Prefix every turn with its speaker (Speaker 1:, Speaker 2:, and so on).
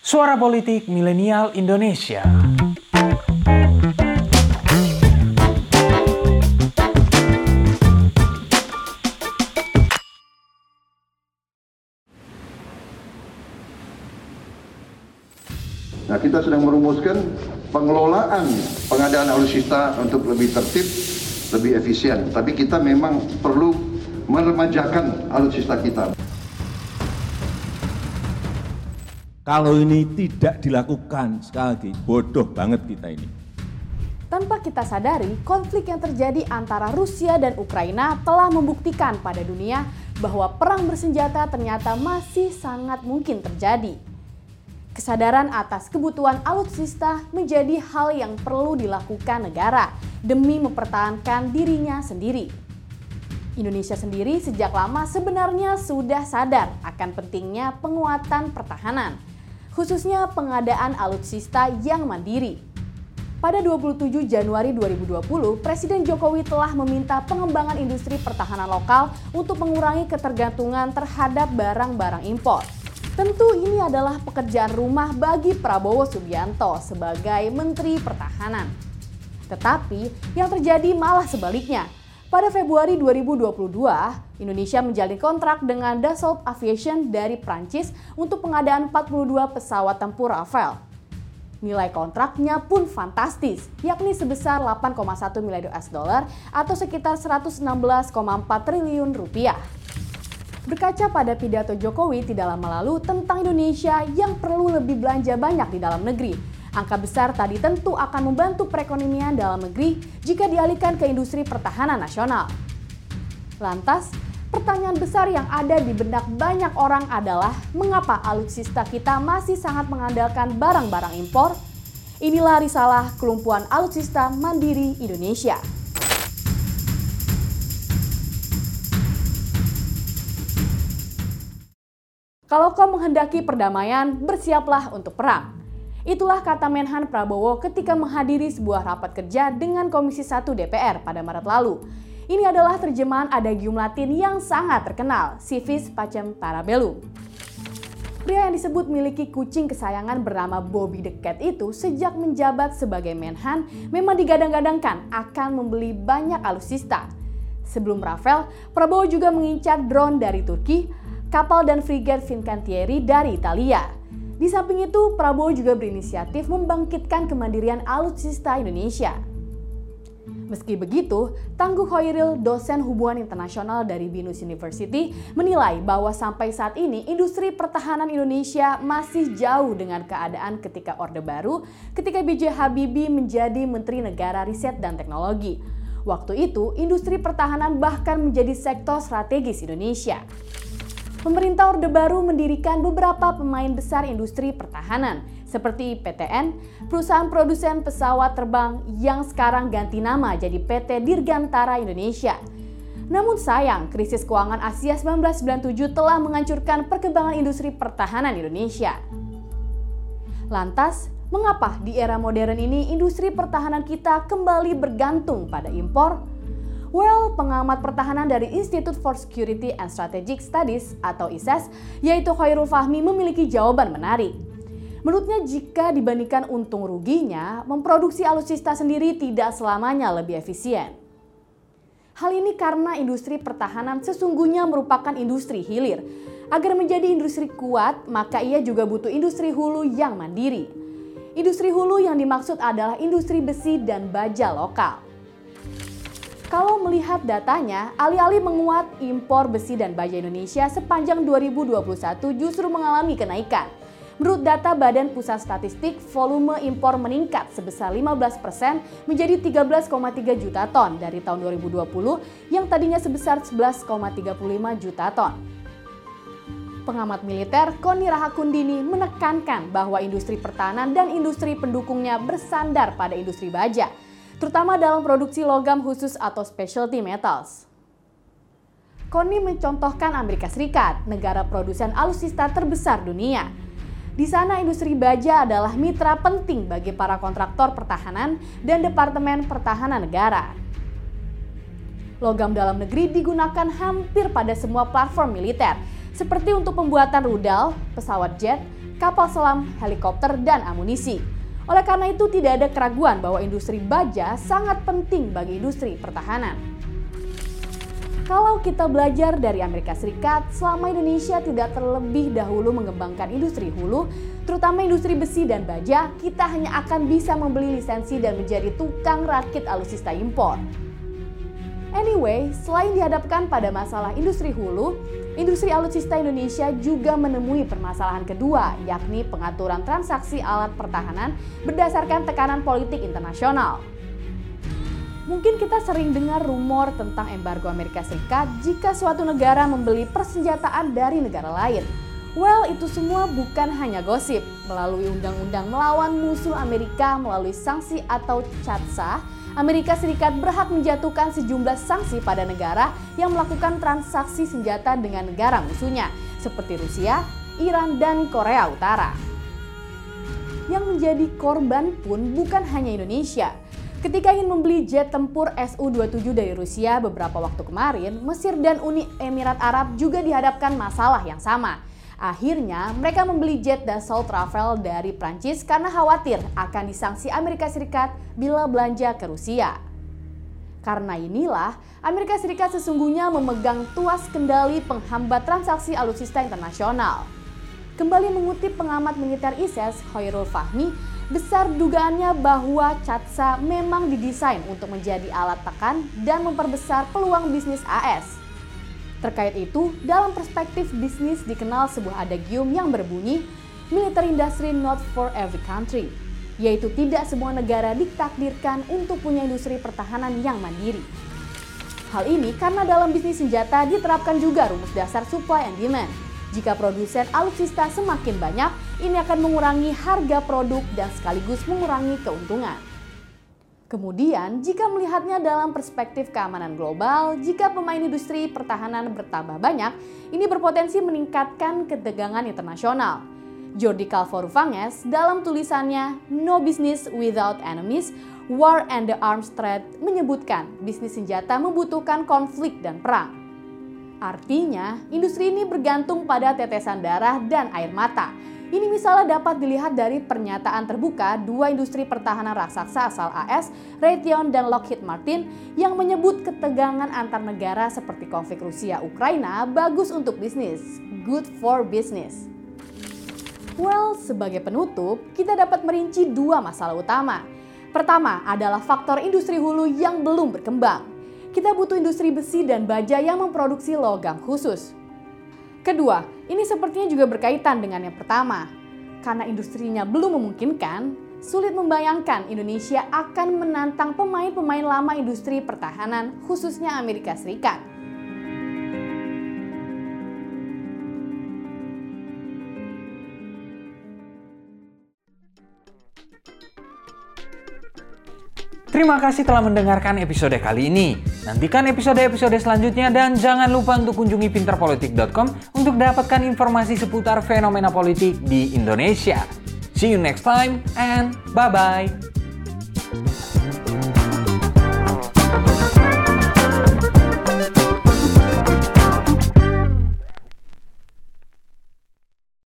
Speaker 1: Suara Politik Milenial Indonesia.
Speaker 2: Nah, kita sedang merumuskan pengelolaan pengadaan alutsista untuk lebih tertib, lebih efisien. Tapi kita memang perlu meremajakan alutsista kita.
Speaker 3: Kalau ini tidak dilakukan, sekali lagi, bodoh banget kita ini.
Speaker 4: Tanpa kita sadari, konflik yang terjadi antara Rusia dan Ukraina telah membuktikan pada dunia bahwa perang bersenjata ternyata masih sangat mungkin terjadi. Kesadaran atas kebutuhan alutsista menjadi hal yang perlu dilakukan negara demi mempertahankan dirinya sendiri. Indonesia sendiri sejak lama sebenarnya sudah sadar akan pentingnya penguatan pertahanan, khususnya pengadaan alutsista yang mandiri. Pada 27 Januari 2020, Presiden Jokowi telah meminta pengembangan industri pertahanan lokal untuk mengurangi ketergantungan terhadap barang-barang impor. Tentu ini adalah pekerjaan rumah bagi Prabowo Subianto sebagai Menteri Pertahanan. Tetapi yang terjadi malah sebaliknya. Pada Februari 2022, Indonesia menjalin kontrak dengan Dassault Aviation dari Prancis untuk pengadaan 42 pesawat tempur Rafale. Nilai kontraknya pun fantastis, yakni sebesar 8,1 miliar US dollar atau sekitar 116,4 triliun rupiah. Berkaca pada pidato Jokowi tidak lama lalu tentang Indonesia yang perlu lebih belanja banyak di dalam negeri, angka besar tadi tentu akan membantu perekonomian dalam negeri jika dialihkan ke industri pertahanan nasional. Lantas, pertanyaan besar yang ada di benak banyak orang adalah mengapa alutsista kita masih sangat mengandalkan barang-barang impor? Inilah risalah kelumpuhan alutsista mandiri Indonesia. Kalau kau menghendaki perdamaian, bersiaplah untuk perang. Itulah kata Menhan Prabowo ketika menghadiri sebuah rapat kerja dengan Komisi 1 DPR pada Maret lalu. Ini adalah terjemahan adagium Latin yang sangat terkenal, Si vis pacem para bellum. Pria yang disebut miliki kucing kesayangan bernama Bobby the Cat itu sejak menjabat sebagai Menhan memang digadang-gadangkan akan membeli banyak alutsista. Sebelum Rafale, Prabowo juga mengincar drone dari Turki, kapal dan frigat Fincantieri dari Italia. Di samping itu, Prabowo juga berinisiatif membangkitkan kemandirian alutsista Indonesia. Meski begitu, Tangguh Khoiril, dosen hubungan internasional dari Binus University, menilai bahwa sampai saat ini industri pertahanan Indonesia masih jauh dengan keadaan ketika Orde Baru, ketika B.J. Habibie menjadi Menteri Negara Riset dan Teknologi. Waktu itu, industri pertahanan bahkan menjadi sektor strategis Indonesia. Pemerintah Orde Baru mendirikan beberapa pemain besar industri pertahanan, seperti PTN, perusahaan produsen pesawat terbang yang sekarang ganti nama jadi PT Dirgantara Indonesia. Namun sayang, krisis keuangan Asia 1997 telah menghancurkan perkembangan industri pertahanan Indonesia. Lantas, mengapa di era modern ini industri pertahanan kita kembali bergantung pada impor? Well, pengamat pertahanan dari Institute for Security and Strategic Studies atau ISS, yaitu Khairul Fahmi memiliki jawaban menarik. Menurutnya jika dibandingkan untung ruginya, memproduksi alutsista sendiri tidak selamanya lebih efisien. Hal ini karena industri pertahanan sesungguhnya merupakan industri hilir. Agar menjadi industri kuat, maka ia juga butuh industri hulu yang mandiri. Industri hulu yang dimaksud adalah industri besi dan baja lokal. Kalau melihat datanya, alih-alih menguat, impor besi dan baja Indonesia sepanjang 2021 justru mengalami kenaikan. Menurut data Badan Pusat Statistik, volume impor meningkat sebesar 15% menjadi 13,3 juta ton dari tahun 2020 yang tadinya sebesar 11,35 juta ton. Pengamat militer Koni Rahakundini menekankan bahwa industri pertahanan dan industri pendukungnya bersandar pada industri baja, terutama dalam produksi logam khusus atau specialty metals. Koni mencontohkan Amerika Serikat, negara produsen alutsista terbesar dunia. Di sana industri baja adalah mitra penting bagi para kontraktor pertahanan dan Departemen Pertahanan Negara. Logam dalam negeri digunakan hampir pada semua platform militer, seperti untuk pembuatan rudal, pesawat jet, kapal selam, helikopter, dan amunisi. Oleh karena itu tidak ada keraguan bahwa industri baja sangat penting bagi industri pertahanan. Kalau kita belajar dari Amerika Serikat, selama Indonesia tidak terlebih dahulu mengembangkan industri hulu, terutama industri besi dan baja, kita hanya akan bisa membeli lisensi dan menjadi tukang rakit alutsista impor. Anyway, selain dihadapkan pada masalah industri hulu, industri alutsista Indonesia juga menemui permasalahan kedua, yakni pengaturan transaksi alat pertahanan berdasarkan tekanan politik internasional. Mungkin kita sering dengar rumor tentang embargo Amerika Serikat jika suatu negara membeli persenjataan dari negara lain. Well, itu semua bukan hanya gosip. Melalui undang-undang melawan musuh Amerika melalui sanksi atau CAATSA, Amerika Serikat berhak menjatuhkan sejumlah sanksi pada negara yang melakukan transaksi senjata dengan negara musuhnya, seperti Rusia, Iran, dan Korea Utara. Yang menjadi korban pun bukan hanya Indonesia. Ketika ingin membeli jet tempur Su-27 dari Rusia beberapa waktu kemarin, Mesir dan Uni Emirat Arab juga dihadapkan masalah yang sama. Akhirnya, mereka membeli jet Dassault Rafale dari Prancis karena khawatir akan disanksi Amerika Serikat bila belanja ke Rusia. Karena inilah, Amerika Serikat sesungguhnya memegang tuas kendali penghambat transaksi alutsista internasional. Kembali mengutip pengamat militer ISES, Hoirul Fahmi, besar dugaannya bahwa CAATSA memang didesain untuk menjadi alat tekan dan memperbesar peluang bisnis AS. Terkait itu, dalam perspektif bisnis dikenal sebuah adagium yang berbunyi, military industry not for every country, yaitu tidak semua negara ditakdirkan untuk punya industri pertahanan yang mandiri. Hal ini karena dalam bisnis senjata diterapkan juga rumus dasar supply and demand. Jika produsen alutsista semakin banyak, ini akan mengurangi harga produk dan sekaligus mengurangi keuntungan. Kemudian, jika melihatnya dalam perspektif keamanan global, jika pemain industri pertahanan bertambah banyak, ini berpotensi meningkatkan ketegangan internasional. Jordi Calvo-Rufanges dalam tulisannya No Business Without Enemies, War and the Arms Trade menyebutkan bisnis senjata membutuhkan konflik dan perang. Artinya, industri ini bergantung pada tetesan darah dan air mata. Ini misalnya dapat dilihat dari pernyataan terbuka dua industri pertahanan raksasa asal AS, Raytheon dan Lockheed Martin, yang menyebut ketegangan antar negara seperti konflik Rusia-Ukraina bagus untuk bisnis, good for business. Well, sebagai penutup, kita dapat merinci dua masalah utama. Pertama adalah faktor industri hulu yang belum berkembang. Kita butuh industri besi dan baja yang memproduksi logam khusus. Kedua, ini sepertinya juga berkaitan dengan yang pertama. Karena industrinya belum memungkinkan, sulit membayangkan Indonesia akan menantang pemain-pemain lama industri pertahanan, khususnya Amerika Serikat.
Speaker 1: Terima kasih telah mendengarkan episode kali ini. Nantikan episode-episode selanjutnya dan jangan lupa untuk kunjungi pinterpolitik.com untuk dapatkan informasi seputar fenomena politik di Indonesia. See you next time and bye-bye.